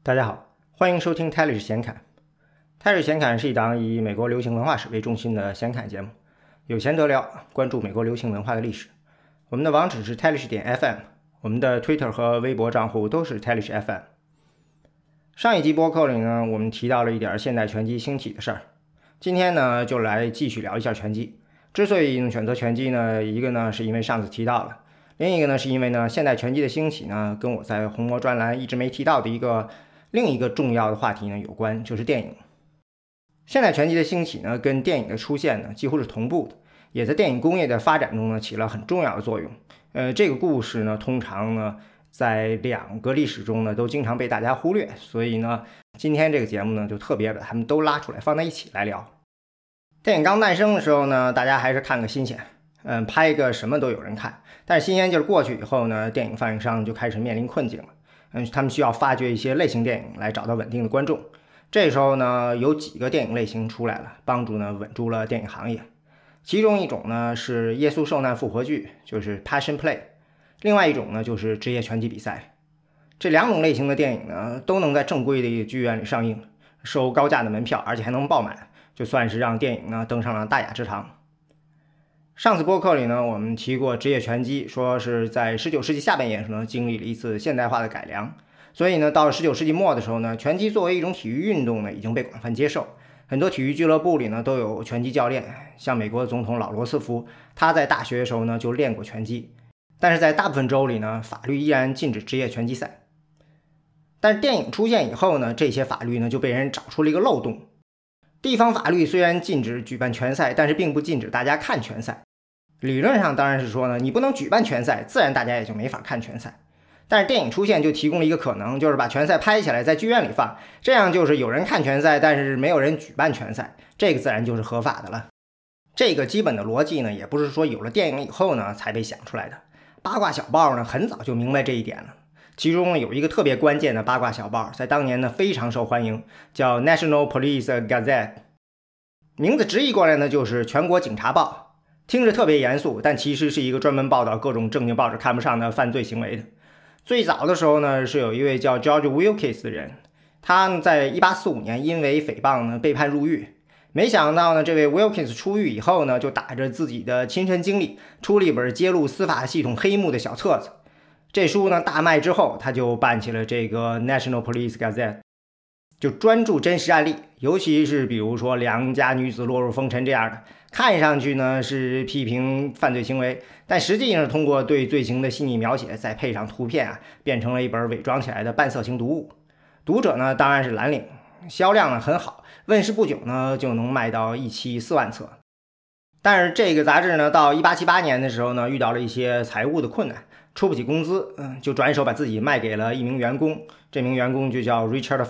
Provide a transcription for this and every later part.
大家好，欢迎收听泰律史闲侃。泰律史闲侃是一档以美国流行文化史为中心的闲侃节目，有闲得聊，关注美国流行文化的历史。我们的网址是泰律史点 FM， 我们的 Twitter 和微博账户都是泰律史 FM。上一集播客里呢，我们提到了一点现代拳击兴起的事儿，今天呢就来继续聊一下拳击。之所以选择拳击呢，一个呢是因为上次提到了，另一个呢是因为呢现代拳击的兴起呢，跟我在红魔专栏一直没提到的另一个重要的话题呢有关，就是电影。现代拳击的兴起呢，跟电影的出现呢几乎是同步的，也在电影工业的发展中呢起了很重要的作用。这个故事呢，通常呢在两个历史中呢都经常被大家忽略，所以呢今天这个节目呢就特别把他们都拉出来放在一起来聊。电影刚诞生的时候呢，大家还是看个新鲜，拍一个什么都有人看。但是新鲜劲儿过去以后呢，电影发行商就开始面临困境了。他们需要发掘一些类型电影来找到稳定的观众。这时候呢，有几个电影类型出来了，帮助呢稳住了电影行业。其中一种呢是耶稣受难复活剧，就是 Passion Play； 另外一种呢就是职业拳击比赛。这两种类型的电影呢，都能在正规的剧院里上映，收高价的门票，而且还能爆满，就算是让电影呢登上了大雅之堂。上次播客里呢，我们提过职业拳击，说是在19世纪下半叶呢经历了一次现代化的改良，所以呢，到了19世纪末的时候呢，拳击作为一种体育运动呢，已经被广泛接受。很多体育俱乐部里呢都有拳击教练，像美国总统老罗斯福，他在大学的时候呢就练过拳击。但是在大部分州里呢，法律依然禁止职业拳击赛。但是电影出现以后呢，这些法律呢就被人找出了一个漏洞。地方法律虽然禁止举办拳赛，但是并不禁止大家看拳赛。理论上当然是说呢，你不能举办拳赛，自然大家也就没法看拳赛。但是电影出现就提供了一个可能，就是把拳赛拍起来在剧院里放，这样就是有人看拳赛，但是没有人举办拳赛，这个自然就是合法的了。这个基本的逻辑呢，也不是说有了电影以后呢才被想出来的。八卦小报呢很早就明白这一点了。其中有一个特别关键的八卦小报，在当年呢非常受欢迎，叫 National Police Gazette， 名字直译过来呢就是全国警察报，听着特别严肃，但其实是一个专门报道各种正经报纸看不上的犯罪行为的。最早的时候呢，是有一位叫 George Wilkes 的人，他在1845年因为诽谤呢被判入狱。没想到呢，这位 Wilkes 出狱以后呢，就打着自己的亲身经历，出了一本揭露司法系统黑幕的小册子。这书呢大卖之后，他就办起了这个 National Police Gazette， 就专注真实案例，尤其是比如说良家女子落入风尘这样的，看上去呢是批评犯罪行为，但实际上通过对罪行的细腻描写，再配上图片变成了一本伪装起来的半色情读物。读者呢当然是蓝领，销量呢很好，问世不久呢就能卖到一期4万册。但是这个杂志呢到1878年的时候呢，遇到了一些财务的困难，出不起工资，就转手把自己卖给了一名员工，这名员工就叫 Richard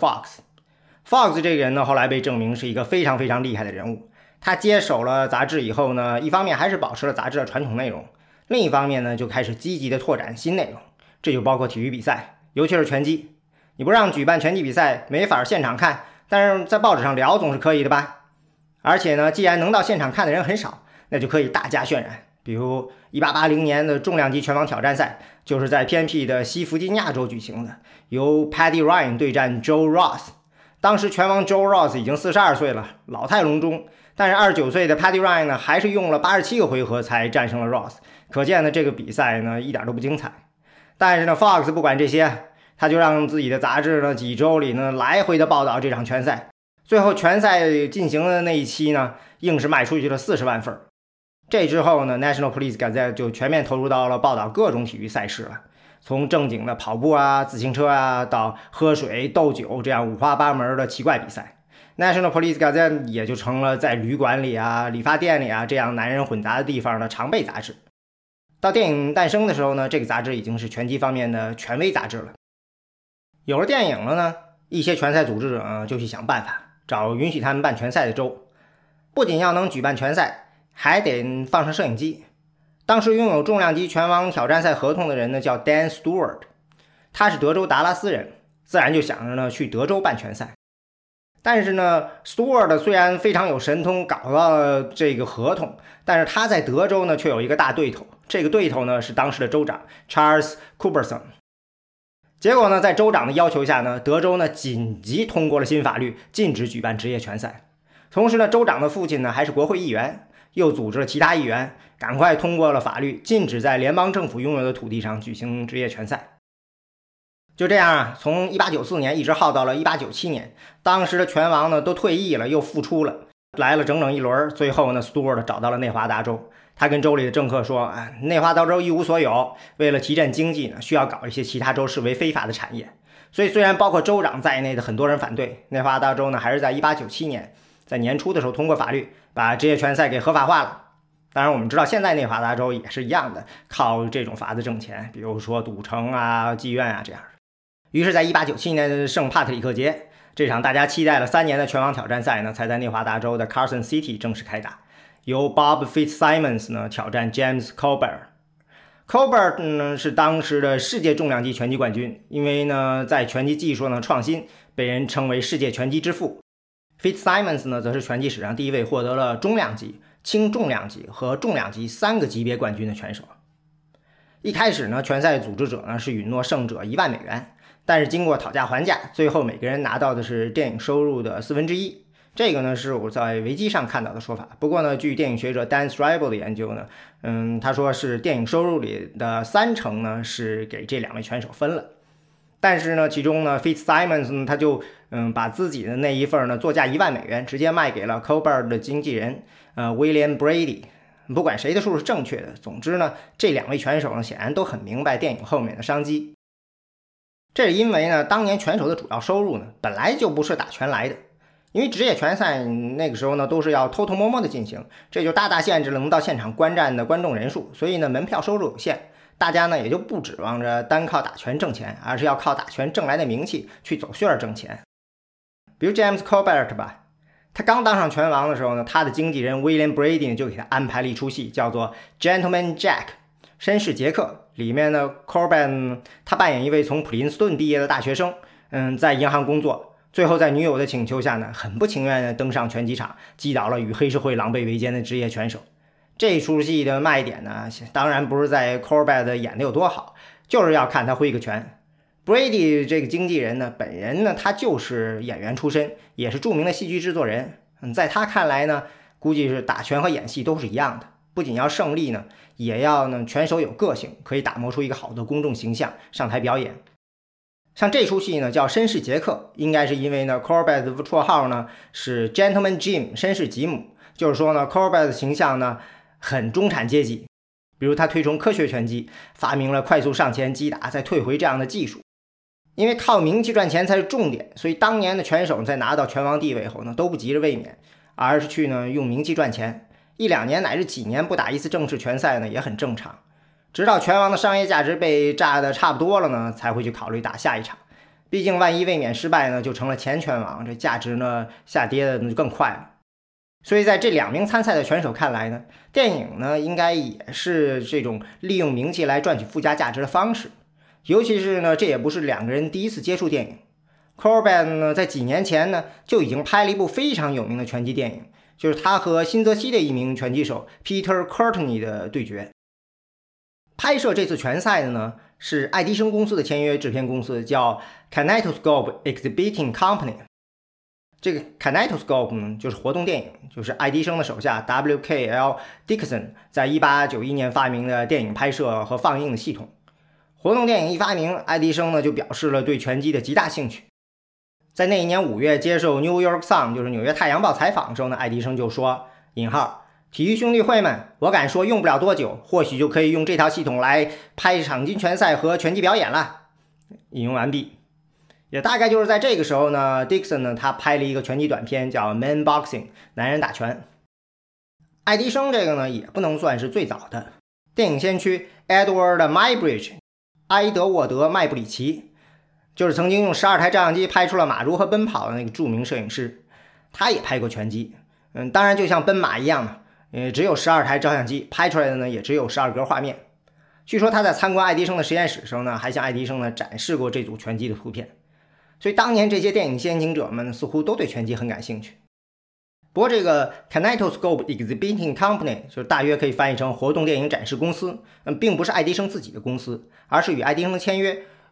Fox。Fox 这个人呢，后来被证明是一个非常非常厉害的人物。他接手了杂志以后呢，一方面还是保持了杂志的传统内容，另一方面呢，就开始积极的拓展新内容，这就包括体育比赛，尤其是拳击。你不让举办拳击比赛，没法现场看，但是在报纸上聊总是可以的吧？而且呢，既然能到现场看的人很少，那就可以大加渲染。比如1880年的重量级拳王挑战赛，就是在偏僻的西弗吉尼亚州举行的，由 Paddy Ryan 对战 Joe Ross。当时拳王 Joe Ross 已经42岁了，老态龙钟，但是29岁的 Paddy Ryan 呢，还是用了87个回合才战胜了 Ross， 可见呢这个比赛呢一点都不精彩。但是呢 Fox 不管这些，他就让自己的杂志呢几周里呢来回的报道这场拳赛。最后拳赛进行的那一期呢，硬是卖出去了40万份。这之后呢 National Police Gazette 就全面投入到了报道各种体育赛事了，从正经的跑步自行车到喝水斗酒这样五花八门的奇怪比赛。 National Police Gazette 也就成了在旅馆里理发店里这样男人混杂的地方的常备杂志。到电影诞生的时候呢，这个杂志已经是拳击方面的权威杂志了。有了电影了呢，一些拳赛组织者就去想办法找允许他们办拳赛的州，不仅要能举办拳赛，还得放上摄影机。当时拥有重量级拳王挑战赛合同的人呢叫 Dan Stewart， 他是德州达拉斯人，自然就想着呢去德州办拳赛。但是呢 Stewart 虽然非常有神通，搞到了这个合同，但是他在德州呢却有一个大对头，这个对头呢是当时的州长 Charles Culberson。 结果呢，在州长的要求下呢，德州呢紧急通过了新法律，禁止举办职业拳赛。同时呢，州长的父亲呢还是国会议员，又组织了其他议员，赶快通过了法律，禁止在联邦政府拥有的土地上举行职业拳赛。就这样啊，从1894年一直耗到了1897年，当时的拳王呢都退役了，又复出了，来了整整一轮。最后呢 ，Stewart 找到了内华达州，他跟州里的政客说：“内华达州一无所有，为了提振经济呢，需要搞一些其他州视为非法的产业。”所以虽然包括州长在内的很多人反对，内华达州呢还是在1897年在年初的时候通过法律，把职业拳赛给合法化了。当然我们知道现在内华达州也是一样的，靠这种法子挣钱，比如说赌城啊、妓院啊这样的。于是在1897年的圣帕特里克节，这场大家期待了3年的拳王挑战赛呢，才在内华达州的 Carson City 正式开打，由 Bob Fitzsimmons 呢挑战 James Colbert。Colbert 呢是当时的世界重量级拳击冠军，因为呢在拳击技术呢创新，被人称为世界拳击之父。Fitzsimmons 呢则是拳击史上第一位获得了中量级、轻重量级和重量级3个级别冠军的拳手。一开始呢，拳赛组织者呢是允诺胜者$1万，但是经过讨价还价，最后每个人拿到的是电影收入的1/4。这个呢是我在维基上看到的说法。不过呢，据电影学者 Dan Strabo 的研究呢，他说是电影收入里的30%呢是给这2位拳手分了。但是呢，其中呢 Fitzsimmons 呢他就把自己的那一份呢作价$1万直接卖给了 Colbert 的经纪人William Brady。不管谁的数是正确的，总之呢，这2位拳手呢显然都很明白电影后面的商机。这是因为呢，当年拳手的主要收入呢本来就不是打拳来的。因为职业拳赛那个时候呢都是要偷偷摸摸的进行，这就大大限制了能到现场观战的观众人数，所以呢门票收入有限，大家呢也就不指望着单靠打拳挣钱，而是要靠打拳挣来的名气去走穴挣钱。比如 James Colbert 吧，他刚当上拳王的时候呢，他的经纪人 William Brady 就给他安排了一出戏，叫做 Gentleman Jack 绅士杰克。里面呢 Colbert 他扮演一位从普林斯顿毕业的大学生，在银行工作，最后在女友的请求下呢，很不情愿地登上拳击场，击倒了与黑社会狼狈为奸的职业拳手。这出戏的卖点呢，当然不是在 Colbert 演的有多好，就是要看他挥个拳。Brady 这个经纪人呢，本人呢他就是演员出身，也是著名的戏剧制作人。在他看来呢，估计是打拳和演戏都是一样的，不仅要胜利呢，也要呢拳手有个性，可以打磨出一个好的公众形象，上台表演。像这出戏呢叫绅士杰克，应该是因为呢 Colbert 的绰号呢是 Gentleman Jim 绅士吉姆，就是说呢 Colbert 的形象呢很中产阶级，比如他推崇科学拳击，发明了快速上前击打再退回这样的技术。因为靠名气赚钱才是重点，所以当年的拳手在拿到拳王地位后呢都不急着卫冕，而是去呢用名气赚钱，1-2年乃至几年不打一次正式拳赛呢也很正常。直到拳王的商业价值被炸得差不多了呢，才会去考虑打下一场。毕竟万一卫冕失败呢，就成了前拳王，这价值呢下跌的就更快了。所以在这2名参赛的拳手看来呢，电影呢应该也是这种利用名气来赚取附加价值的方式。尤其是呢，这也不是2个人第一次接触电影。Colbert 呢在几年前呢就已经拍了一部非常有名的拳击电影，就是他和新泽西的一名拳击手 Peter Courtney 的对决。拍摄这次拳赛的呢是爱迪生公司的签约制片公司，叫 Kinetoscope Exhibiting Company。 这个 Kinetoscope 呢就是活动电影，就是爱迪生的手下 WKL Dixon 在1891年发明的电影拍摄和放映的系统。活动电影一发明，爱迪生呢就表示了对拳击的极大兴趣。在那一年5月接受 New York Sun 就是纽约太阳报采访的时候呢，爱迪生就说引号体育兄弟会们，我敢说用不了多久，或许就可以用这套系统来拍场均拳赛和拳击表演了。引用完毕。也大概就是在这个时候呢 Dixon 呢他拍了一个拳击短片叫 Man Boxing 男人打拳。爱迪生这个呢也不能算是最早的，电影先驱 Edward Muybridge 埃德沃德·麦布里奇，就是曾经用12台照相机拍出了马如何奔跑的那个著名摄影师，他也拍过拳击。当然就像奔马一样嘛，只有12台照相机，拍出来的呢也只有12格画面。据说他在参观爱迪生的实验室的时候呢，还向爱迪生呢展示过这组拳击的图片。所以当年这些电影先行者们似乎都对拳击很感兴趣。不过这个 Kinetoscope Exhibiting Company 就是大约可以翻译成活动电影展示公司，并不是爱迪生自己的公司，而是与爱迪生签约，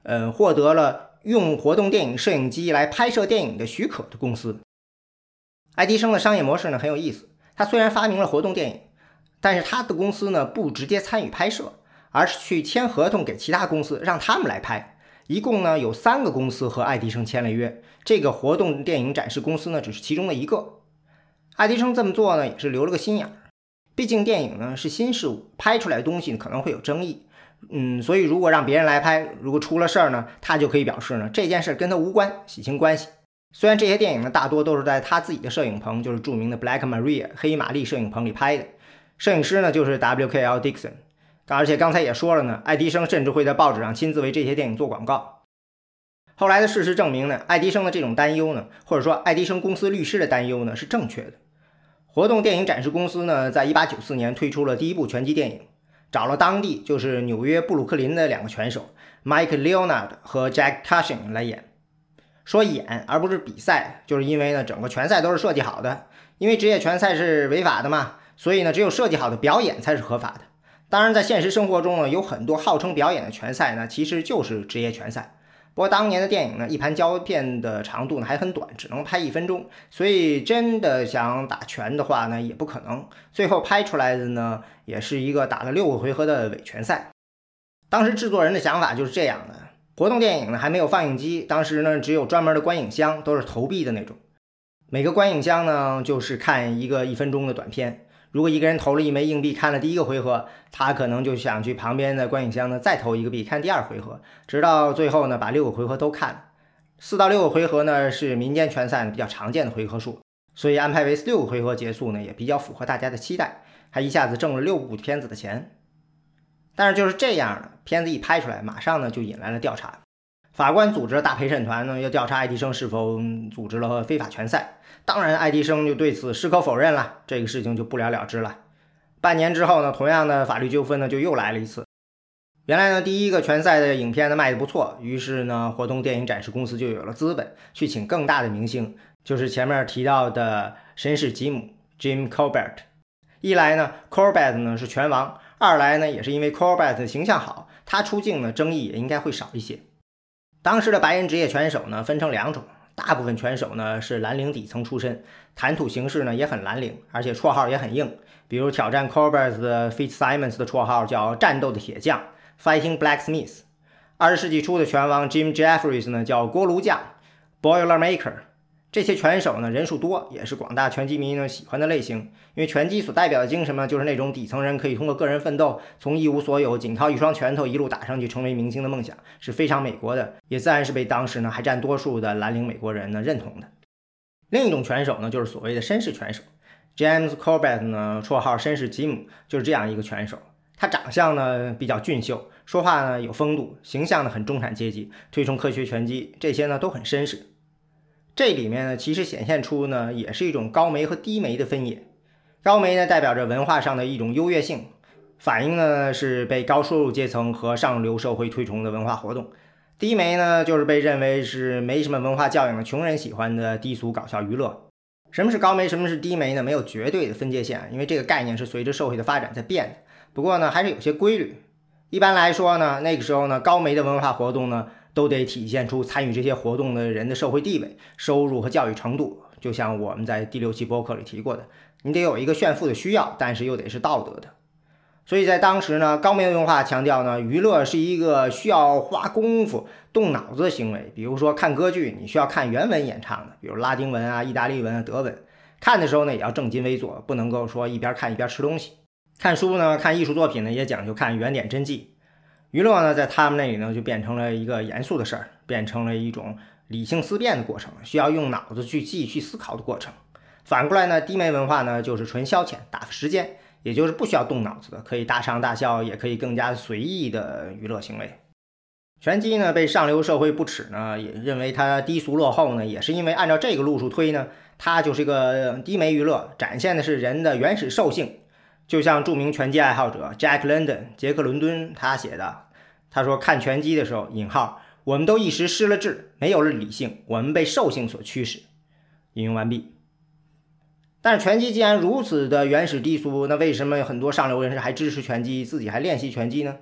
获得了用活动电影摄影机来拍摄电影的许可的公司。爱迪生的商业模式呢很有意思，他虽然发明了活动电影，但是他的公司呢不直接参与拍摄，而是去签合同给其他公司，让他们来拍。一共呢有3个公司和爱迪生签了约，这个活动电影展示公司呢只是其中的一个。爱迪生这么做呢也是留了个心眼儿，毕竟电影呢是新事物，拍出来的东西可能会有争议，所以如果让别人来拍，如果出了事儿呢，他就可以表示呢这件事跟他无关，洗清关系。虽然这些电影呢大多都是在他自己的摄影棚，就是著名的 Black Maria 黑玛丽摄影棚里拍的，摄影师呢就是 W.K.L. Dixon， 而且刚才也说了呢，爱迪生甚至会在报纸上亲自为这些电影做广告。后来的事实证明呢，爱迪生的这种担忧呢，或者说爱迪生公司律师的担忧呢是正确的。活动电影展示公司呢在1894年推出了第一部拳击电影，找了当地就是纽约布鲁克林的2个拳手 Mike Leonard 和 Jack Cushing 来演。说演而不是比赛，就是因为呢整个拳赛都是设计好的，因为职业拳赛是违法的嘛，所以呢只有设计好的表演才是合法的。当然在现实生活中呢，有很多号称表演的拳赛呢其实就是职业拳赛。不过当年的电影呢一盘胶片的长度呢还很短，只能拍1分钟，所以真的想打拳的话呢也不可能，最后拍出来的呢也是一个打了6个回合的伪拳赛。当时制作人的想法就是这样的，活动电影呢还没有放映机，当时呢只有专门的观影箱，都是投币的那种，每个观影箱呢就是看一个1分钟的短片。如果一个人投了1枚硬币看了第1个回合，他可能就想去旁边的观影箱呢再投1个币看第2回合，直到最后呢把6个回合都看了。4到6个回合呢是民间拳赛呢比较常见的回合数，所以安排为6个回合结束呢也比较符合大家的期待，还一下子挣了6部片子的钱。但是就是这样的片子一拍出来，马上呢就引来了调查。法官组织了大陪审团呢，要调查爱迪生是否组织了非法拳赛。当然，爱迪生就对此矢口否认了，这个事情就不了了之了。半年之后呢，同样的法律纠纷呢就又来了一次。原来呢，第1个拳赛的影片呢卖得不错，于是呢，活动电影展示公司就有了资本去请更大的明星，就是前面提到的绅士吉姆 Jim Corbett。一来呢 ，Corbett 呢是拳王；二来呢，也是因为 Corbett 的形象好，他出镜呢争议也应该会少一些。当时的白人职业拳手呢分成2种，大部分拳手呢是蓝领底层出身，谈吐形式呢也很蓝领，而且绰号也很硬，比如挑战 Corbett 的 Fitzsimmons 的绰号叫战斗的铁匠 Fighting Blacksmith。 20世纪初的拳王 Jim Jeffries 呢叫锅炉匠 Boilermaker。 这些拳手呢人数多，也是广大拳击迷呢喜欢的类型，因为拳击所代表的精神呢就是那种底层人可以通过个人奋斗，从一无所有仅靠1双拳头一路打上去成为明星的梦想，是非常美国的，也自然是被当时呢还占多数的蓝领美国人呢认同的。另一种拳手呢就是所谓的绅士拳手， James Corbett 呢绰号绅士吉姆，就是这样一个拳手。他长相呢比较俊秀，说话呢有风度，形象呢很中产阶级，推崇科学拳击，这些呢都很绅士。这里面呢其实显现出呢也是一种高眉和低眉的分野。高眉呢代表着文化上的一种优越性，反映呢是被高收入阶层和上流社会推崇的文化活动。低眉呢就是被认为是没什么文化教养的穷人喜欢的低俗搞笑娱乐。什么是高眉，什么是低眉呢？没有绝对的分界线，因为这个概念是随着社会的发展在变的。不过呢还是有些规律。一般来说呢，那个时候呢高眉的文化活动呢都得体现出参与这些活动的人的社会地位、收入和教育程度。就像我们在第6期播客里提过的，你得有一个炫富的需要，但是又得是道德的。所以在当时呢，高眉文化强调呢，娱乐是一个需要花功夫、动脑子的行为。比如说看歌剧，你需要看原文演唱的，比如拉丁文啊、意大利文啊、德文。看的时候呢，也要正襟危坐，不能够说一边看一边吃东西。看书呢，看艺术作品呢，也讲究看原点真迹。娱乐呢，在他们那里呢，就变成了一个严肃的事儿，变成了一种理性思辨的过程，需要用脑子去记、去思考的过程。反过来呢，低眉文化呢，就是纯消遣、打发时间，也就是不需要动脑子的，可以大唱大笑，也可以更加随意的娱乐行为。拳击呢，被上流社会不耻呢，也认为它低俗落后呢，也是因为按照这个路数推呢，它就是一个低眉娱乐，展现的是人的原始兽性。就像著名拳击爱好者 Jack London 杰克伦敦他写的，他说看拳击的时候引号我们都一时失了智，没有了理性，我们被兽性所驱使。引用完毕。但是拳击既然如此的原始低俗，那为什么很多上流人士还支持拳击，自己还练习拳击呢？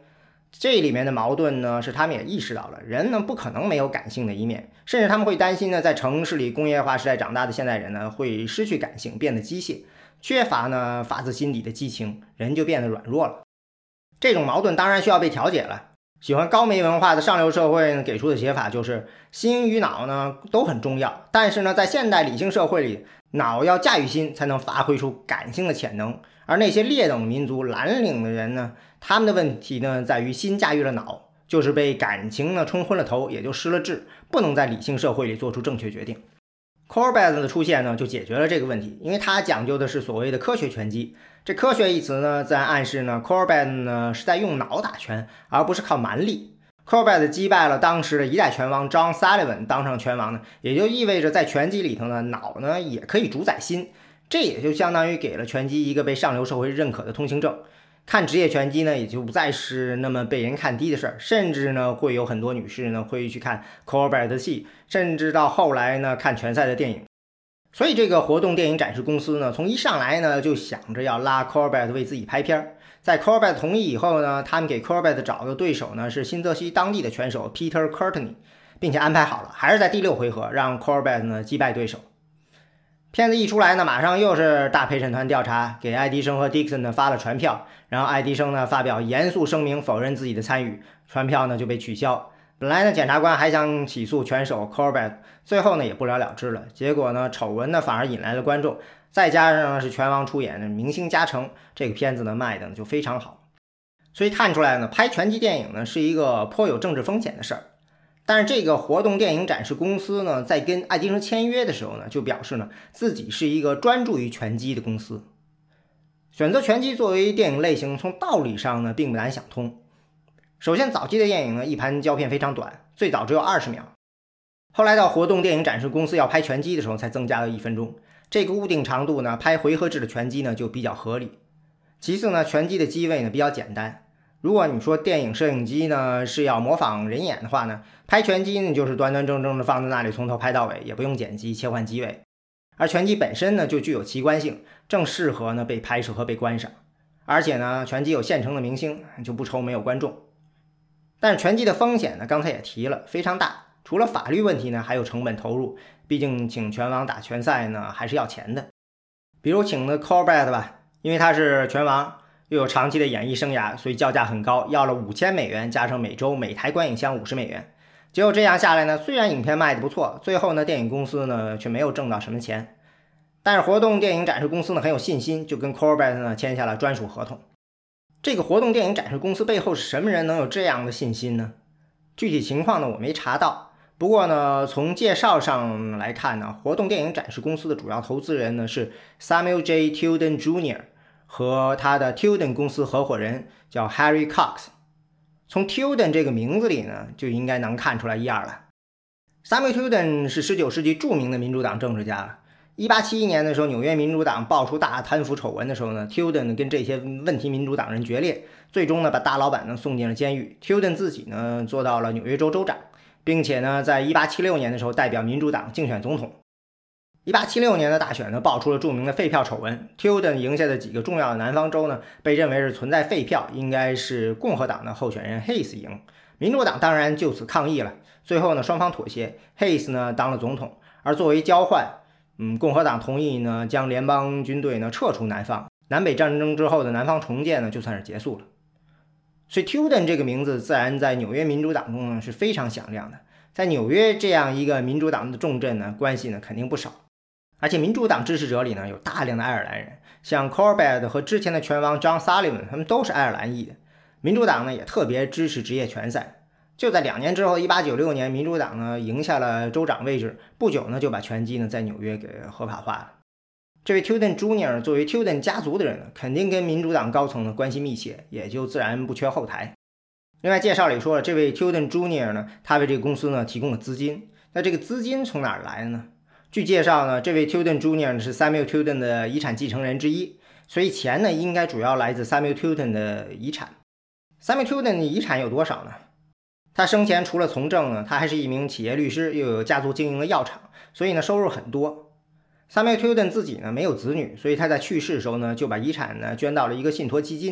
这里面的矛盾呢，是他们也意识到了，人呢不可能没有感性的一面，甚至他们会担心呢，在城市里工业化时代长大的现代人呢，会失去感性，变得机械，缺乏呢发自心底的激情，人就变得软弱了。这种矛盾当然需要被调解了。喜欢高媒文化的上流社会给出的解法就是，心与脑呢都很重要，但是呢，在现代理性社会里，脑要驾驭心，才能发挥出感性的潜能。而那些劣等民族蓝领的人呢，他们的问题呢在于心驾驭了脑，就是被感情呢冲昏了头，也就失了智，不能在理性社会里做出正确决定。Corbett 的出现呢，就解决了这个问题，因为他讲究的是所谓的科学拳击。这科学一词呢，自然暗示呢 ，Corbett 呢是在用脑打拳，而不是靠蛮力。Corbett 击败了当时的一代拳王 John Sullivan， 当上拳王呢，也就意味着在拳击里头呢，脑呢也可以主宰心，这也就相当于给了拳击一个被上流社会认可的通行证。看职业拳击呢，也就不再是那么被人看低的事儿，甚至呢，会有很多女士呢会去看 Corbett 的戏，甚至到后来呢看拳赛的电影。所以这个活动电影展示公司呢，从一上来呢就想着要拉 Corbett 为自己拍片。在 Corbett 同意以后呢，他们给 Corbett 找的对手呢是新泽西当地的拳手 Peter Courtney， 并且安排好了，还是在第6回合让 Corbett 呢击败对手。片子一出来呢，马上又是大陪审团调查，给爱迪生和 Dixon 呢发了传票，然后爱迪生呢发表严肃声明否认自己的参与，传票呢就被取消。本来呢检察官还想起诉拳手 Corbett， 最后呢也不了了之了。结果呢丑闻呢反而引来了观众，再加上呢是拳王出演，明星加成，这个片子呢卖的就非常好。所以看出来呢，拍拳击电影呢是一个颇有政治风险的事儿。但是这个活动电影展示公司呢，在跟爱迪生签约的时候呢，就表示呢自己是一个专注于拳击的公司。选择拳击作为电影类型，从道理上呢并不难想通。首先，早期的电影呢，一盘胶片非常短，最早只有20秒。后来到活动电影展示公司要拍拳击的时候，才增加了1分钟。这个固定长度呢，拍回合制的拳击呢就比较合理。其次呢，拳击的机位呢比较简单。如果你说电影摄影机呢是要模仿人眼的话呢，拍拳击呢就是端端正正的放在那里，从头拍到尾，也不用剪辑切换机位。而拳击本身呢就具有奇观性，正适合呢被拍摄和被观赏。而且呢，拳击有现成的明星，就不愁没有观众。但是拳击的风险呢，刚才也提了，非常大。除了法律问题呢，还有成本投入，毕竟请拳王打拳赛呢还是要钱的。比如请的 Corbett 吧，因为他是拳王，又有长期的演艺生涯，所以叫价很高，要了$5000，加上每周每台观影箱$50。结果这样下来呢，虽然影片卖得不错，最后呢电影公司呢却没有挣到什么钱。但是活动电影展示公司呢很有信心，就跟 Corbett 呢签下了专属合同。这个活动电影展示公司背后是什么人能有这样的信心呢？具体情况呢我没查到，不过呢从介绍上来看呢，活动电影展示公司的主要投资人呢是 Samuel J. Tilden Jr. 和他的 Tilden 公司合伙人叫 Harry Cox。 从 Tilden 这个名字里呢就应该能看出来一二了。 Samuel Tilden 是19世纪著名的民主党政治家了。1871年的时候，纽约民主党爆出大贪腐丑闻的时候呢， Tilden 跟这些问题民主党人决裂，最终呢把大老板呢送进了监狱。 Tilden 自己呢做到了纽约州州长，并且呢在1876年的时候代表民主党竞选总统。1876年的大选呢爆出了著名的废票丑闻， Tilden 赢下的几个重要的南方州呢被认为是存在废票，应该是共和党的候选人 Hayes 赢。民主党当然就此抗议了，最后呢双方妥协， Hayes 呢当了总统。而作为交换，共和党同意呢将联邦军队呢撤出南方，南北战争之后的南方重建呢就算是结束了。所以 Tilden 这个名字自然在纽约民主党中呢是非常响亮的，在纽约这样一个民主党的重镇呢，关系呢肯定不少。而且民主党支持者里呢有大量的爱尔兰人，像 Corbett 和之前的拳王 John Sullivan， 他们都是爱尔兰裔的。民主党呢也特别支持职业拳赛。就在2年之后，1896年，民主党呢赢下了州长位置，不久呢就把拳击呢在纽约给合法化了。这位 Tilden Jr. 作为 Tilden 家族的人呢，肯定跟民主党高层的关系密切，也就自然不缺后台。另外介绍里说了，这位 Tilden Jr. 呢，他为这个公司呢提供了资金。那这个资金从哪儿来的呢？据介绍呢，这位 Tilden Jr. 是 Samuel Tilden 的遗产继承人之一，所以钱呢应该主要来自 Samuel Tilden 的遗产。Samuel Tilden 的遗产有多少呢？他生前除了从政呢，他还是一名企业律师，又有家族经营的药厂，所以呢收入很多。Samuel Tilden 自己呢没有子女，所以他在去世的时候呢就把遗产呢捐到了一个信托基金。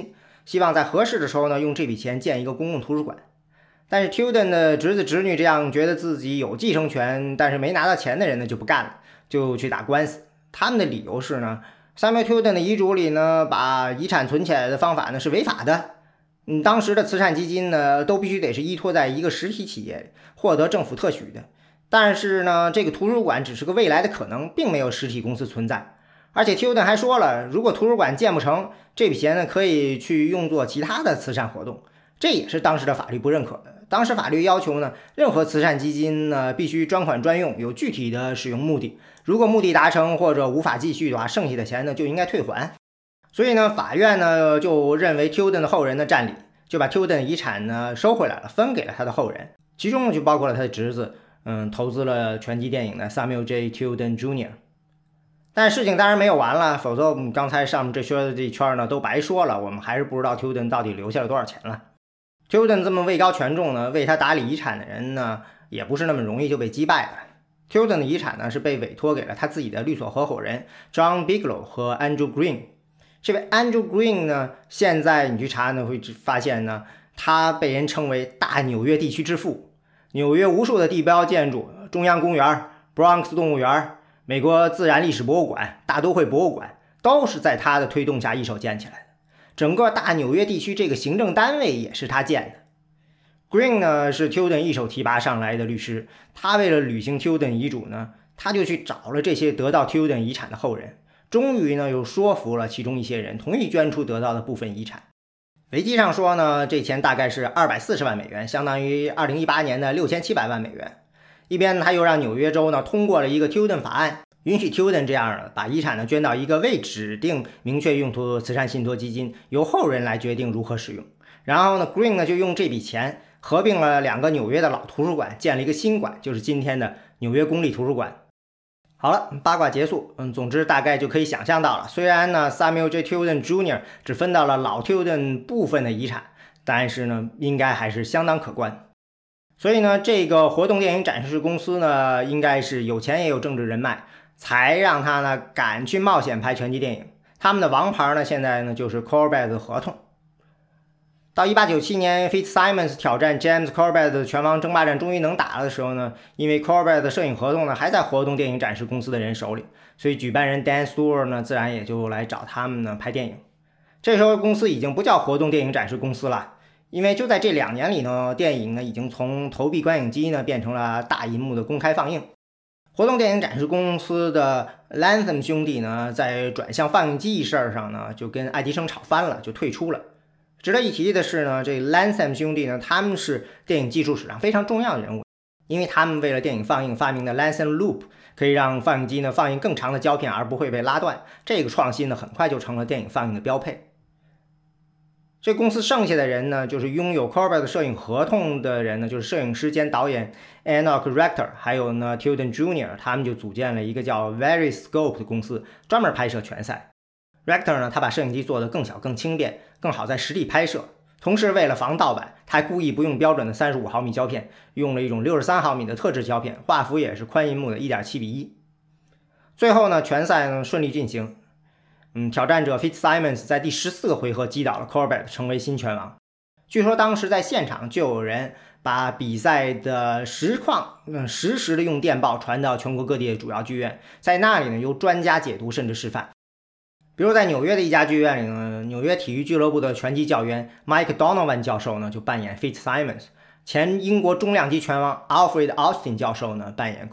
希望在合适的时候呢用这笔钱建一个公共图书馆。但是 Tilden 的侄子侄女这样觉得自己有继承权但是没拿到钱的人呢就不干了，就去打官司。他们的理由是呢，Samuel Tilden 的遗嘱里呢把遗产存起来的方法呢是违法的。当时的慈善基金呢都必须得是依托在一个实体企业里，获得政府特许的。但是呢这个图书馆只是个未来的可能，并没有实体公司存在。而且 Tilden 还说了，如果图书馆建不成，这笔钱呢可以去用作其他的慈善活动，这也是当时的法律不认可的。当时法律要求呢，任何慈善基金呢必须专款专用，有具体的使用目的。如果目的达成或者无法继续的话，剩下的钱呢就应该退还。所以呢，法院呢就认为 Tilden 的后人呢占理，就把 Tilden 的遗产呢收回来了，分给了他的后人，其中呢就包括了他的侄子，投资了拳击电影的 Samuel J. Tilden Jr.但事情当然没有完了，否则我们刚才上面说的这一圈呢都白说了，我们还是不知道 Tilden 到底留下了多少钱了。Tilden 这么位高权重呢，为他打理遗产的人呢也不是那么容易就被击败的。Tilden 的遗产呢是被委托给了他自己的律所合伙人 John Bigelow 和 Andrew Green。 这位 Andrew Green 呢，现在你去查呢会发现呢，他被人称为大纽约地区之父。纽约无数的地标建筑，中央公园、Bronx 动物园、美国自然历史博物馆、大都会博物馆，都是在他的推动下一手建起来的。整个大纽约地区这个行政单位也是他建的。Green 呢是 Tilden 一手提拔上来的律师，他为了履行 Tilden 遗嘱呢，他就去找了这些得到 Tilden 遗产的后人，终于呢又说服了其中一些人同意捐出得到的部分遗产。维基上说呢，这钱大概是240万美元，相当于2018年的6700万美元。一边他又让纽约州呢通过了一个 Tilden 法案，允许 Tilden 这样的把遗产呢捐到一个未指定明确用途慈善信托基金，由后人来决定如何使用。然后呢 Green 呢就用这笔钱合并了2个纽约的老图书馆，建了一个新馆，就是今天的纽约公立图书馆。好了，八卦结束。总之大概就可以想象到了，虽然呢 Samuel J. Tilden Jr. 只分到了老 Tilden 部分的遗产，但是呢应该还是相当可观。所以呢这个活动电影展示公司呢应该是有钱也有政治人脉，才让他呢敢去冒险拍拳击电影。他们的王牌呢现在呢就是 Corbett 的合同。到1897年 Fitzsimmons 挑战 James Corbett 的拳王争霸战终于能打了的时候呢，因为 Corbett 的摄影合同呢还在活动电影展示公司的人手里，所以举办人 Dan Stewart 呢自然也就来找他们呢拍电影。这时候公司已经不叫活动电影展示公司了，因为就在这2年里呢，电影呢已经从投币观影机呢变成了大银幕的公开放映。活动电影展示公司的 Latham 兄弟呢在转向放映机一事上呢就跟爱迪生吵翻了，就退出了。值得一提的是呢，这 Latham 兄弟呢，他们是电影技术史上非常重要的人物，因为他们为了电影放映发明的 Latham Loop 可以让放映机呢放映更长的胶片而不会被拉断，这个创新呢很快就成了电影放映的标配。这公司剩下的人呢，就是拥有 Corbett 摄影合同的人呢，就是摄影师兼导演 Enoch Rector， 还有呢 Tilden Jr. 他们就组建了一个叫 Veriscope 的公司，专门拍摄拳赛。Rector 呢，他把摄影机做得更小更轻便，更好在实地拍摄。同时为了防盗版，他还故意不用标准的35毫米胶片，用了一种63毫米的特制胶片，画幅也是宽银幕的1.7:1。最后呢，拳赛呢顺利进行。挑战者 Fitzsimmons 在第14个回合击倒了 Corbett， 成为新拳王。据说当时在现场就有人把比赛的实况实时的用电报传到全国各地的主要剧院，在那里呢由专家解读甚至示范。比如在纽约的一家剧院里呢，纽约体育俱乐部的拳击教员 Mike Donovan 教授呢就扮演 Fitzsimmons， 前英国中量级拳王 Alfred Austin 教授呢扮演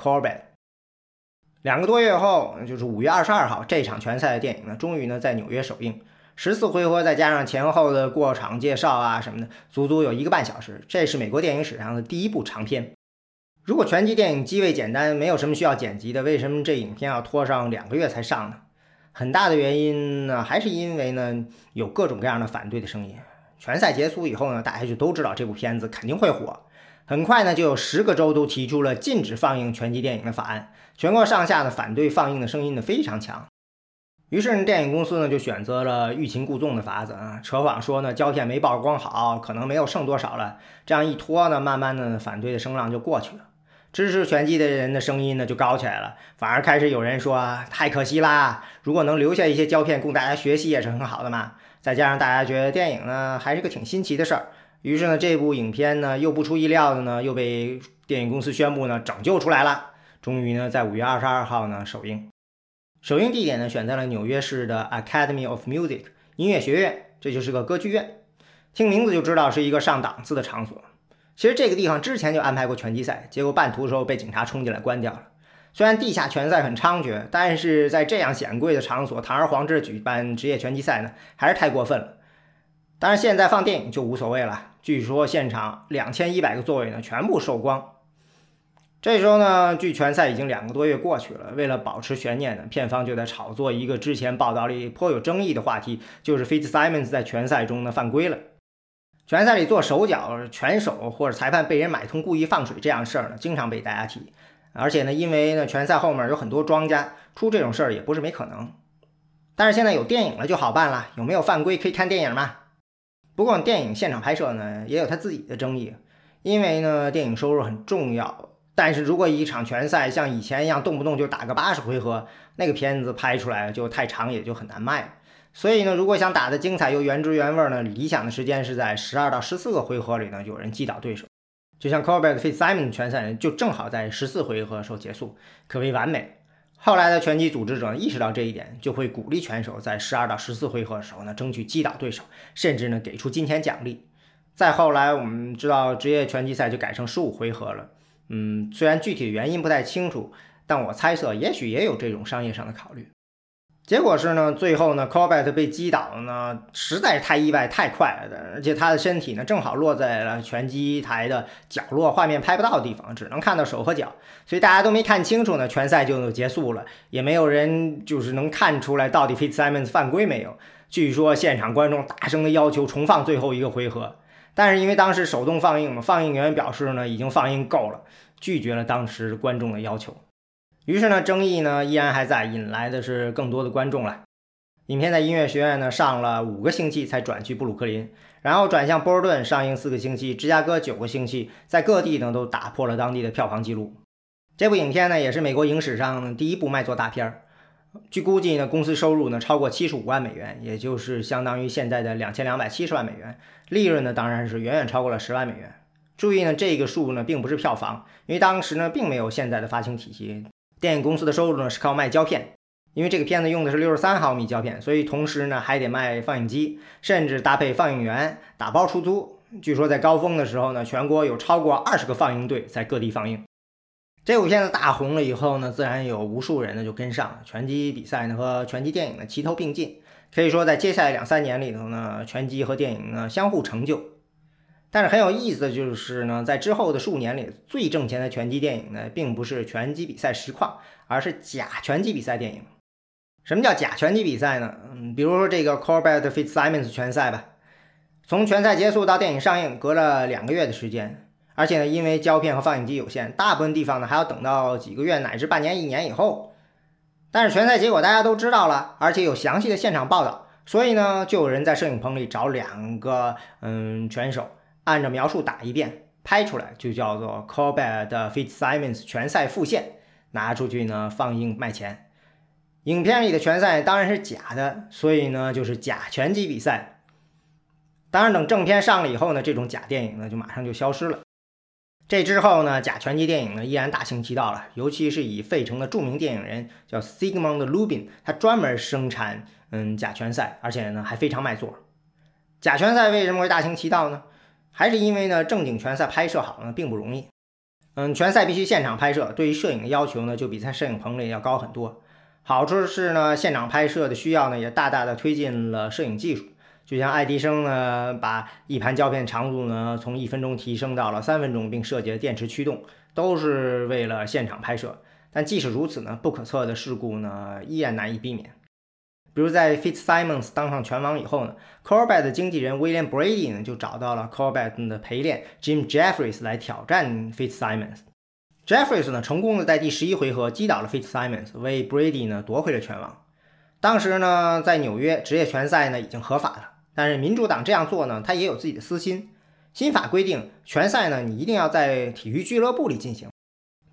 Corbett。2个多月后，就是5月22号，这场拳赛的电影呢终于呢在纽约首映。14回合再加上前后的过场介绍啊什么的，足足有1个半小时，这是美国电影史上的第1部长片。如果拳击电影极为简单，没有什么需要剪辑的，为什么这影片要拖上2个月才上呢？很大的原因呢，还是因为呢有各种各样的反对的声音。拳赛结束以后呢，大家就都知道这部片子肯定会火。很快呢，就有10个州都提出了禁止放映拳击电影的法案，全国上下的反对放映的声音呢非常强。于是呢，电影公司呢就选择了欲擒故纵的法子啊，扯谎说呢胶片没曝光好，可能没有剩多少了。这样一拖呢，慢慢的反对的声浪就过去了。支持拳击的人的声音呢就高起来了，反而开始有人说太可惜啦，如果能留下一些胶片供大家学习也是很好的嘛。 再加上大家觉得电影呢还是个挺新奇的事儿，于是呢这部影片呢又不出意料的呢又被电影公司宣布呢拯救出来了，终于呢在5月22号呢首映。首映地点呢选在了纽约市的 Academy of Music 音乐学院，这就是个歌剧院，听名字就知道是一个上档次的场所。其实这个地方之前就安排过拳击赛，结果半途的时候被警察冲进来关掉了。虽然地下拳赛很猖獗，但是在这样显贵的场所堂而皇之举办职业拳击赛呢，还是太过分了。当然现在放电影就无所谓了，据说现场2100个座位呢全部售光。这时候呢，距拳赛已经2个多月过去了，为了保持悬念呢，片方就在炒作一个之前报道里颇有争议的话题，就是 Fitzsimmons 在拳赛中呢犯规了。拳赛里做手脚、拳手或者裁判被人买通故意放水这样的事儿呢，经常被大家提。而且呢，因为呢拳赛后面有很多庄家，出这种事儿也不是没可能。但是现在有电影了就好办了，有没有犯规可以看电影嘛。不过电影现场拍摄呢也有它自己的争议，因为呢电影收入很重要。但是如果一场拳赛像以前一样动不动就打个80回合，那个片子拍出来就太长，也就很难卖。所以呢，如果想打得精彩又原汁原味呢，理想的时间是在12到14个回合里呢有人击倒对手。就像 Colbert Fitzsimmons 拳赛就正好在14回合时候结束，可谓完美。后来的拳击组织者意识到这一点，就会鼓励拳手在12到14回合的时候呢争取击倒对手，甚至呢给出金钱奖励。再后来我们知道职业拳击赛就改成15回合了。虽然具体的原因不太清楚，但我猜测也许也有这种商业上的考虑。结果是呢，最后呢 Colbert 被击倒呢实在是太意外太快了，而且他的身体呢正好落在了拳击台的角落，画面拍不到的地方，只能看到手和脚，所以大家都没看清楚呢，拳赛就结束了，也没有人就是能看出来到底 Fitzsimmons 犯规没有。据说现场观众大声的要求重放最后一个回合，但是因为当时手动放映嘛，放映员表示呢已经放映够了，拒绝了当时观众的要求。于是呢，争议呢依然还在，引来的是更多的观众了。影片在音乐学院呢上了5个星期才转去布鲁克林，然后转向波士顿上映4个星期，芝加哥9个星期，在各地呢都打破了当地的票房记录。这部影片呢也是美国影史上第一部卖座大片，据估计呢公司收入呢超过75万美元，也就是相当于现在的2270万美元，利润呢当然是远远超过了10万美元。注意呢这个数呢并不是票房，因为当时呢并没有现在的发行体系。电影公司的收入呢是靠卖胶片，因为这个片子用的是63毫米胶片，所以同时呢还得卖放映机，甚至搭配放映员打包出租。据说在高峰的时候呢，全国有超过20个放映队在各地放映。这部片子大红了以后呢，自然有无数人呢就跟上了，拳击比赛呢和拳击电影呢齐头并进，可以说在接下来2-3年里头呢，拳击和电影呢相互成就。但是很有意思的就是呢，在之后的数年里，最挣钱的拳击电影呢，并不是拳击比赛实况，而是假拳击比赛电影。什么叫假拳击比赛呢？比如说这个 Colbert Fitzsimmons 拳赛吧，从拳赛结束到电影上映，隔了2个月的时间，而且呢，因为胶片和放映机有限，大部分地方呢还要等到几个月乃至半年、1年以后。但是拳赛结果大家都知道了，而且有详细的现场报道，所以呢，就有人在摄影棚里找2个拳手。按照描述打一遍，拍出来就叫做 Colbert Fitzsimmons 拳赛复现，拿出去呢放映卖钱。影片里的拳赛当然是假的，所以呢就是假拳击比赛。当然等正片上了以后呢，这种假电影呢就马上就消失了。这之后呢，假拳击电影呢依然大行其道了，尤其是以费城的著名电影人叫 Sigmund Lubin， 他专门生产假拳赛，而且呢还非常卖座。假拳赛为什么会大行其道呢？还是因为呢，正经拳赛拍摄好呢并不容易。拳赛必须现场拍摄，对于摄影的要求呢就比在摄影棚里要高很多。好处是呢，现场拍摄的需要呢也大大的推进了摄影技术。就像爱迪生呢把一盘胶片长度呢从1分钟提升到了3分钟，并设计了电池驱动，都是为了现场拍摄。但即使如此呢，不可测的事故呢依然难以避免。比如在 Fitzsimmons 当上拳王以后呢， Colbert 的经纪人 William Brady 呢就找到了 Colbert 的陪练 Jim Jeffries 来挑战 Fitzsimmons。 Jeffries 呢成功的在第11回合击倒了 Fitzsimmons， 为 Brady 呢夺回了拳王。当时呢在纽约职业拳赛呢已经合法了，但是民主党这样做呢他也有自己的私心。新法规定拳赛呢你一定要在体育俱乐部里进行，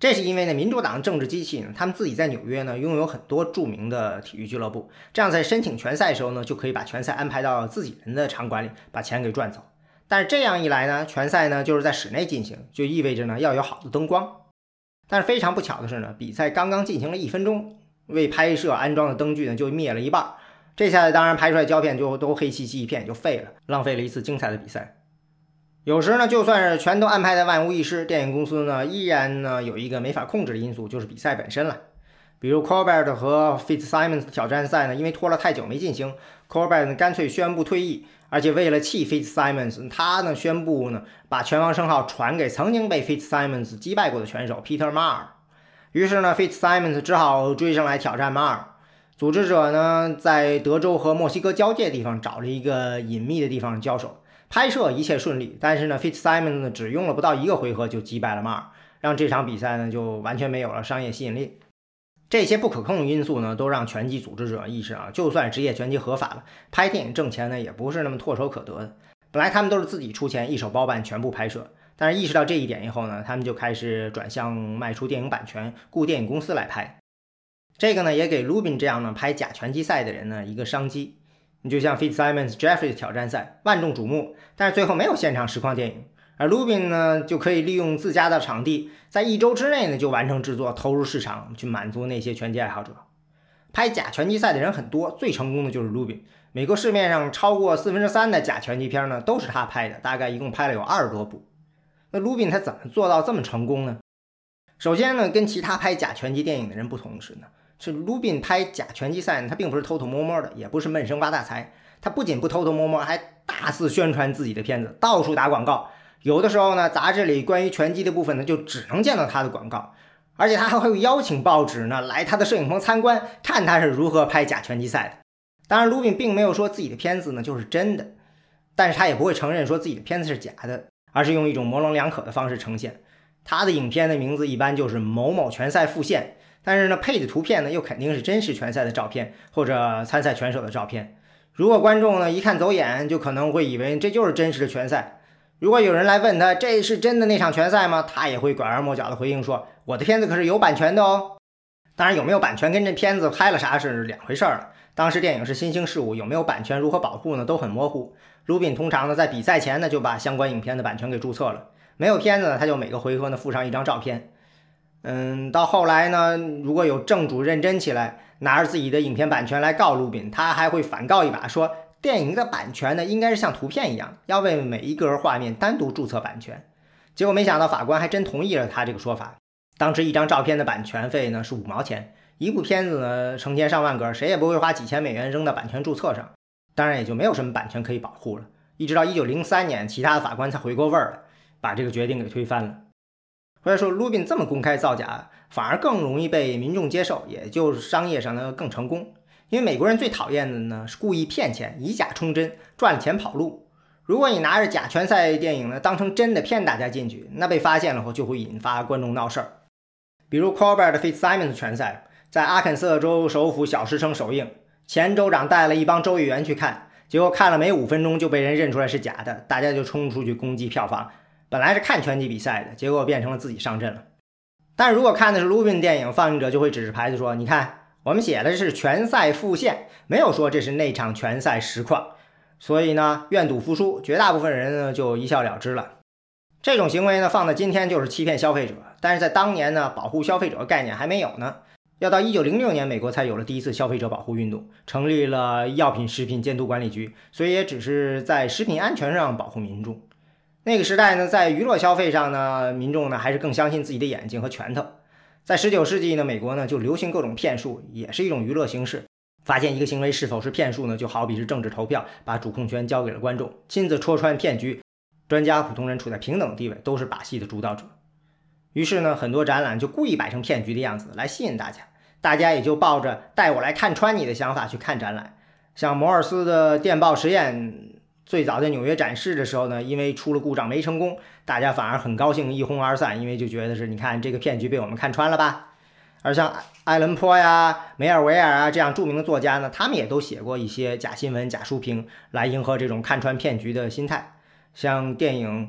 这是因为呢，民主党政治机器呢，他们自己在纽约呢拥有很多著名的体育俱乐部，这样在申请拳赛的时候呢，就可以把拳赛安排到自己人的场馆里，把钱给赚走。但是这样一来呢，拳赛呢就是在室内进行，就意味着呢要有好的灯光。但是非常不巧的是呢，比赛刚刚进行了1分钟，为拍摄安装的灯具呢就灭了一半，这下当然拍出来胶片就都黑漆漆一片，就废了，浪费了一次精彩的比赛。有时呢，就算是全都安排的万无一失，电影公司呢依然呢有一个没法控制的因素，就是比赛本身了。比如 Colbert 和 Fitzsimmons 挑战赛呢，因为拖了太久没进行， Colbert 呢干脆宣布退役，而且为了气 Fitzsimmons， 他呢宣布呢把拳王称号传给曾经被 Fitzsimmons 击败过的拳手 Peter Maher。于是呢 Fitzsimmons 只好追上来挑战 Maher。组织者呢在德州和墨西哥交界的地方找了一个隐秘的地方交手。拍摄一切顺利，但是呢 Fitzsimmons 呢只用了不到1个回合就击败了马尔，让这场比赛呢就完全没有了商业吸引力。这些不可控的因素呢，都让拳击组织者意识就算职业拳击合法了，拍电影挣钱呢也不是那么唾手可得的。本来他们都是自己出钱一手包办全部拍摄，但是意识到这一点以后呢，他们就开始转向卖出电影版权，雇电影公司来拍。这个呢也给 Lubin 这样呢拍假拳击赛的人呢一个商机。你就像 Fitzsimmons Jeffries 挑战赛万众瞩目，但是最后没有现场实况电影，而 Lubin 呢就可以利用自家的场地，在1周之内呢就完成制作，投入市场，去满足那些拳击爱好者。拍假拳击赛的人很多，最成功的就是 Lubin。美国市面上超过3/4的假拳击片呢都是他拍的，大概一共拍了有20多部。那 Lubin 他怎么做到这么成功呢？首先呢，跟其他拍假拳击电影的人不同的是呢，是 Lubin 拍假拳击赛呢，他并不是偷偷摸摸的，也不是闷声发大财。他不仅不偷偷摸摸，还大肆宣传自己的片子，到处打广告。有的时候呢，杂志里关于拳击的部分呢，就只能见到他的广告。而且他还会邀请报纸呢来他的摄影棚参观，看他是如何拍假拳击赛的。当然 Lubin 并没有说自己的片子呢就是真的，但是他也不会承认说自己的片子是假的，而是用一种模棱两可的方式呈现。他的影片的名字一般就是某某拳赛复现，但是呢配的图片呢又肯定是真实拳赛的照片或者参赛拳手的照片。如果观众呢一看走眼，就可能会以为这就是真实的拳赛。如果有人来问他这是真的那场拳赛吗，他也会拐弯抹角的回应说，我的片子可是有版权的哦。当然有没有版权跟这片子拍了啥是两回事了，当时电影是新兴事物，有没有版权如何保护呢都很模糊。Lubin 通常呢在比赛前呢就把相关影片的版权给注册了，没有片子呢他就每个回合呢附上一张照片。到后来呢，如果有正主认真起来，拿着自己的影片版权来告 Lubin， 他还会反告一把，说电影的版权呢应该是像图片一样，要为每一格画面单独注册版权。结果没想到法官还真同意了他这个说法。当时一张照片的版权费呢是5毛钱，一部片子呢成千上万格，谁也不会花几千美元扔到版权注册上，当然也就没有什么版权可以保护了。一直到1903年，其他的法官才回过味儿来，把这个决定给推翻了。或者说 Lubin 这么公开造假，反而更容易被民众接受，也就是商业上呢更成功。因为美国人最讨厌的呢是故意骗钱，以假充真，赚了钱跑路。如果你拿着假拳赛电影呢当成真的骗大家进去，那被发现了后就会引发观众闹事儿。比如 Colbert Fitzsimmons 拳赛在阿肯色州首府小石城首映，前州长带了一帮州议员去看，结果看了没5分钟就被人认出来是假的，大家就冲出去攻击票房。本来是看拳击比赛的，结果变成了自己上阵了。但是如果看的是 Lubin 电影，放映者就会指着牌子说，你看我们写的是拳赛复现，没有说这是那场拳赛实况。所以呢愿赌服输，绝大部分人呢就一笑了之了。这种行为呢放在今天就是欺骗消费者，但是在当年呢保护消费者的概念还没有呢。要到1906年美国才有了第一次消费者保护运动，成立了药品食品监督管理局，所以也只是在食品安全上保护民众。那个时代呢，在娱乐消费上呢，民众呢还是更相信自己的眼睛和拳头。在19世纪呢，美国呢就流行各种骗术，也是一种娱乐形式。发现一个行为是否是骗术呢，就好比是政治投票，把主控权交给了观众，亲自戳穿骗局。专家和普通人处在平等地位，都是把戏的主导者。于是呢，很多展览就故意摆成骗局的样子来吸引大家，大家也就抱着带我来看穿你的想法去看展览。像摩尔斯的电报实验最早在纽约展示的时候呢，因为出了故障没成功，大家反而很高兴，一哄而散，因为就觉得是你看这个骗局被我们看穿了吧。而像艾伦坡呀、梅尔维尔啊这样著名的作家呢，他们也都写过一些假新闻、假书评，来迎合这种看穿骗局的心态。像电影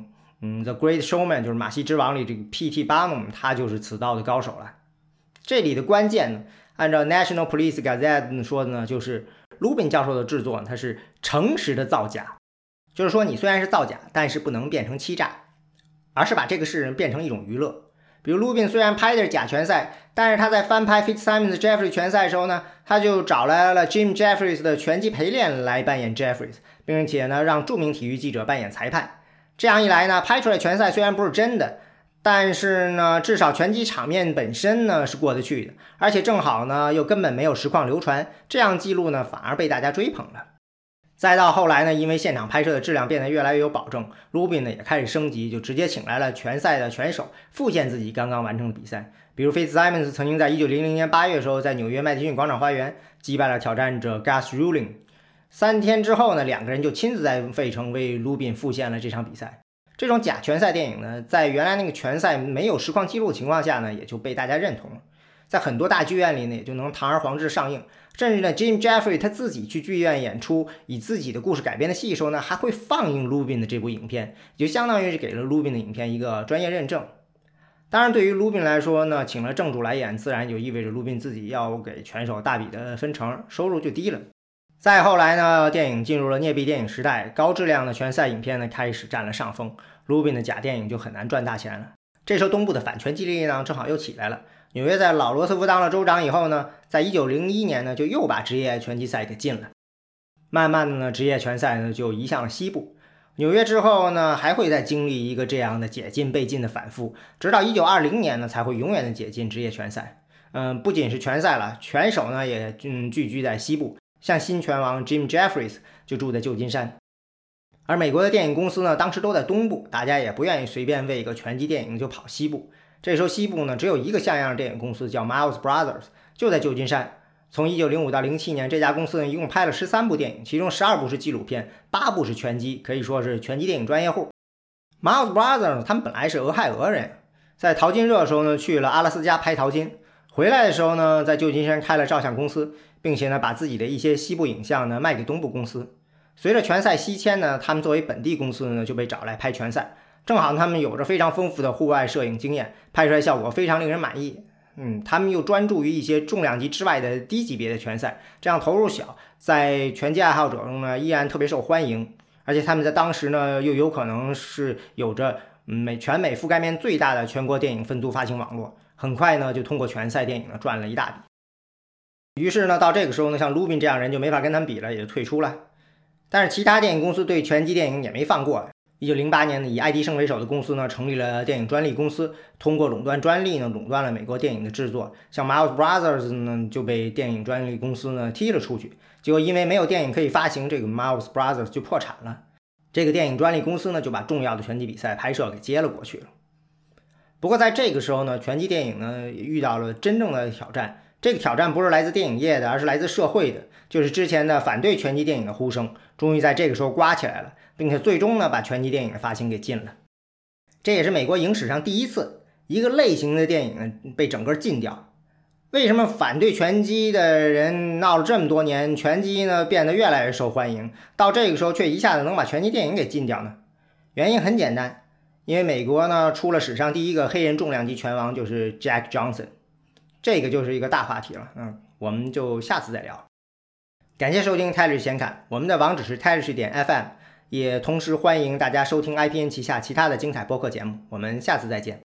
The Great Showman 就是马戏之王里这个 P.T. Barnum， 他就是此道的高手了。这里的关键呢，按照 National Police Gazette 说的呢，就是鲁宾教授的制作它是诚实的造假，就是说你虽然是造假，但是不能变成欺诈，而是把这个事变成一种娱乐。比如鲁宾虽然拍的是假拳赛，但是他在翻拍 Fitzsimmons Jeffries 拳赛的时候呢，他就找来了 Jim Jeffries 的拳击陪练来扮演 Jeffries， 并且呢让著名体育记者扮演裁判。这样一来呢，拍出来拳赛虽然不是真的，但是呢至少拳击场面本身呢是过得去的，而且正好呢又根本没有实况流传，这样记录呢反而被大家追捧了。再到后来呢，因为现场拍摄的质量变得越来越有保证，鲁宾呢也开始升级，就直接请来了拳赛的拳手复现自己刚刚完成的比赛。比如 Fitzsimmons 曾经在1900年8月的时候，在纽约麦迪逊广场花园击败了挑战者 Gus Rulling。3天之后呢，两个人就亲自在费城为鲁宾复现了这场比赛。这种假拳赛电影呢，在原来那个拳赛没有实况记录的情况下呢，也就被大家认同了。在很多大剧院里呢，也就能堂而皇之上映。甚至呢 Jim Jeffries 他自己去剧院演出以自己的故事改编的戏的时候呢，还会放映鲁宾的这部影片，也就相当于是给了鲁宾的影片一个专业认证。当然对于鲁宾来说呢，请了正主来演，自然就意味着鲁宾自己要给拳手大笔的分成，收入就低了。再后来呢，电影进入了劣币电影时代，高质量的拳赛影片呢开始占了上风，鲁宾的假电影就很难赚大钱了。这时候东部的反拳击力量正好又起来了。纽约在老罗斯福当了州长以后呢，在1901年呢就又把职业拳击赛给禁了。慢慢的呢，职业拳赛呢就移向了西部。纽约之后呢，还会再经历一个这样的解禁被禁的反复，直到1920年呢才会永远的解禁职业拳赛。不仅是拳赛了，拳手呢也聚居在西部，像新拳王 Jim Jeffries 就住在旧金山。而美国的电影公司呢，当时都在东部，大家也不愿意随便为一个拳击电影就跑西部。这时候西部呢只有一个像样的电影公司叫 Miles Brothers， 就在旧金山。从1905到07年，这家公司呢一共拍了13部电影，其中12部是纪录片，8部是拳击，可以说是拳击电影专业户。Miles Brothers 他们本来是俄亥俄人，在淘金热的时候呢去了阿拉斯加拍淘金，回来的时候呢在旧金山开了照相公司，并且呢把自己的一些西部影像呢卖给东部公司。随着拳赛西迁呢，他们作为本地公司呢就被找来拍拳赛。正好他们有着非常丰富的户外摄影经验，拍出来效果非常令人满意。他们又专注于一些重量级之外的低级别的拳赛，这样投入小，在拳击爱好者中呢依然特别受欢迎。而且他们在当时呢又有可能是有着全美覆盖面最大的全国电影分租发行网络，很快呢就通过拳赛电影呢赚了一大笔。于是呢到这个时候呢，像鲁宾这样人就没法跟他们比了，也就退出了。但是其他电影公司对拳击电影也没放过。1908年呢，以爱迪生为首的公司呢成立了电影专利公司，通过垄断专利呢垄断了美国电影的制作。像 Miles Brothers 呢就被电影专利公司呢踢了出去，结果因为没有电影可以发行，这个 Miles Brothers 就破产了。这个电影专利公司呢就把重要的拳击比赛拍摄给接了过去了。不过在这个时候呢，拳击电影呢遇到了真正的挑战。这个挑战不是来自电影业的，而是来自社会的，就是之前的反对拳击电影的呼声，终于在这个时候刮起来了，并且最终呢把拳击电影的发行给禁了。这也是美国影史上第一次一个类型的电影被整个禁掉。为什么反对拳击的人闹了这么多年，拳击呢变得越来越受欢迎，到这个时候却一下子能把拳击电影给禁掉呢？原因很简单，因为美国呢出了史上第一个黑人重量级拳王，就是 Jack Johnson。这个就是一个大话题了，我们就下次再聊。感谢收听泰律显侃，我们的网址是泰律.fm， 也同时欢迎大家收听 IPN 旗下其他的精彩播客节目。我们下次再见。